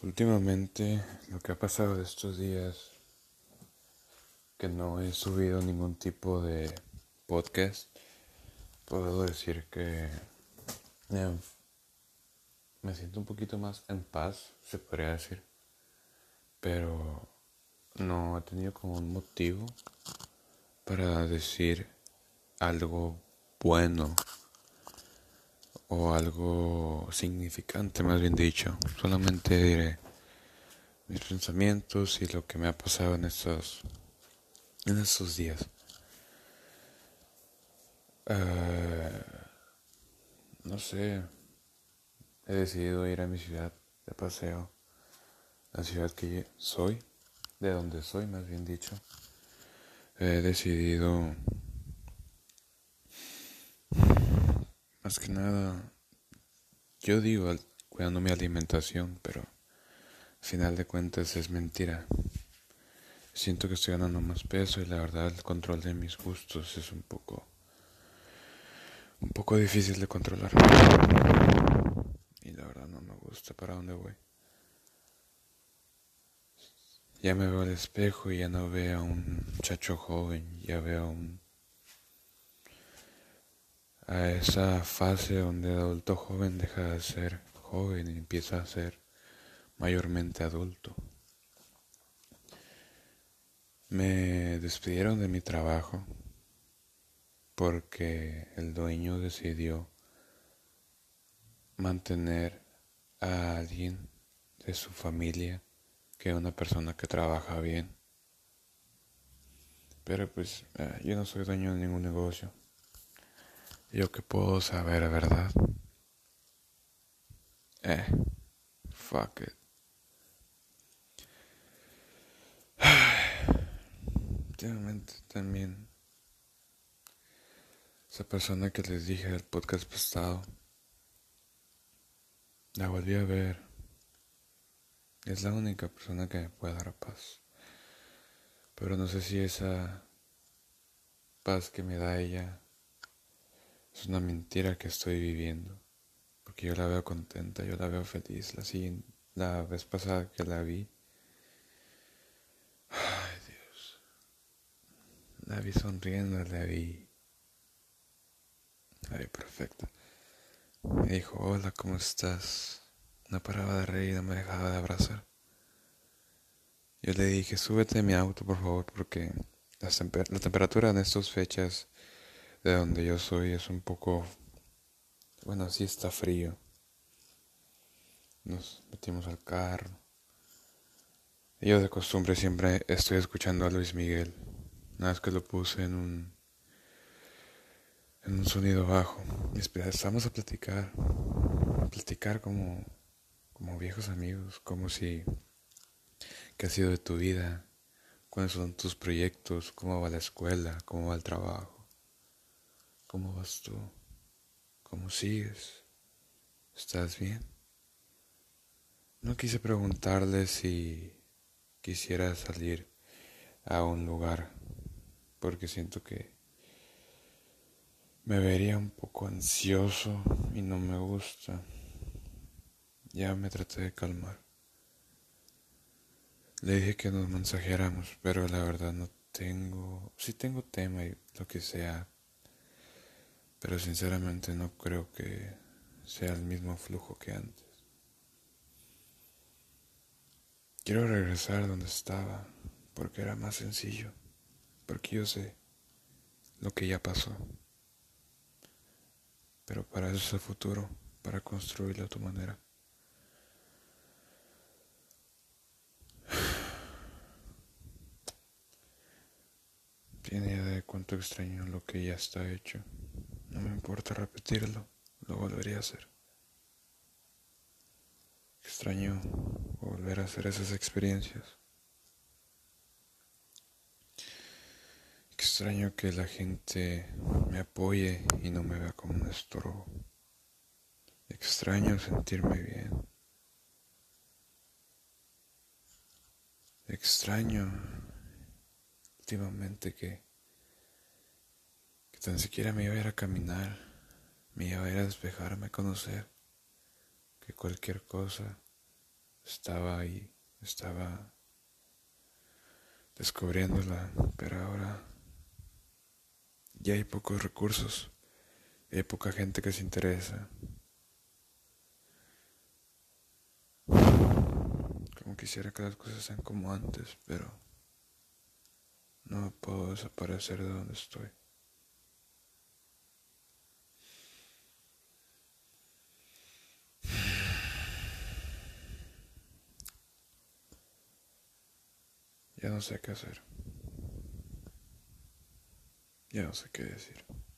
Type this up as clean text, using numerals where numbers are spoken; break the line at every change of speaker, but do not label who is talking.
Últimamente lo que ha pasado de estos días, que no he subido ningún tipo de podcast, puedo decir que eh, me siento un poquito más en paz, se podría decir, pero no he tenido como un motivo para decir algo bueno o algo significante, más bien dicho. Solamente diré mis pensamientos y lo que me ha pasado en estos días. Eh, no sé, he decidido ir a mi ciudad de paseo, la ciudad que soy, de donde soy más bien dicho. He decidido, más que nada, yo digo cuidando mi alimentación, pero al final de cuentas es mentira. Siento que estoy ganando más peso y la verdad el control de mis gustos es un poco difícil de controlar. Y la verdad no me gusta para dónde voy. Ya me veo al espejo y ya no veo a un muchacho joven, ya veo a esa fase donde el adulto joven deja de ser joven y empieza a ser mayormente adulto. Me despidieron de mi trabajo porque el dueño decidió mantener a alguien de su familia, que es una persona que trabaja bien. Pero pues yo no soy dueño de ningún negocio. Yo que puedo saber, ¿verdad? Eh, fuck it. Últimamente también esa persona que les dije del podcast pasado, la volví a ver. Es la única persona que me puede dar paz. Pero no sé si esa paz que me da ella es una mentira que estoy viviendo. Porque yo la veo contenta, yo la veo feliz. La vez pasada que la vi, ay Dios, la vi sonriendo, la vi perfecta. Me dijo, hola, ¿cómo estás? No paraba de reír, no me dejaba de abrazar. Yo le dije, súbete en mi auto, por favor, porque la temperatura en estas fechas de donde yo soy es un poco, bueno, sí está frío. Nos metimos al carro. Y yo de costumbre siempre estoy escuchando a Luis Miguel. Nada más que lo puse en un sonido bajo. Y empezamos a platicar como viejos amigos, como si, ¿qué ha sido de tu vida? ¿Cuáles son tus proyectos? ¿Cómo va la escuela? ¿Cómo va el trabajo? ¿Cómo vas tú? ¿Cómo sigues? ¿Estás bien? No quise preguntarle si quisiera salir a un lugar, porque siento que me vería un poco ansioso y no me gusta. Ya me traté de calmar. Le dije que nos mensajeáramos, pero la verdad no tengo, sí tengo tema y lo que sea, pero sinceramente no creo que sea el mismo flujo que antes. Quiero regresar donde estaba, porque era más sencillo, porque yo sé lo que ya pasó, pero para eso es el futuro, para construirlo a tu manera. Tiene idea de cuánto extraño lo que ya está hecho. No me importa repetirlo, lo volvería a hacer. Extraño volver a hacer esas experiencias. Extraño que la gente me apoye y no me vea como un estorbo. Extraño sentirme bien. Extraño últimamente que tan siquiera me iba a ir a caminar, me iba a ir a despejarme, a conocer, que cualquier cosa estaba ahí, estaba descubriéndola, pero ahora ya hay pocos recursos, hay poca gente que se interesa. Como quisiera que las cosas sean como antes, pero no puedo desaparecer de donde estoy. Ya no sé qué hacer, ya no sé qué decir.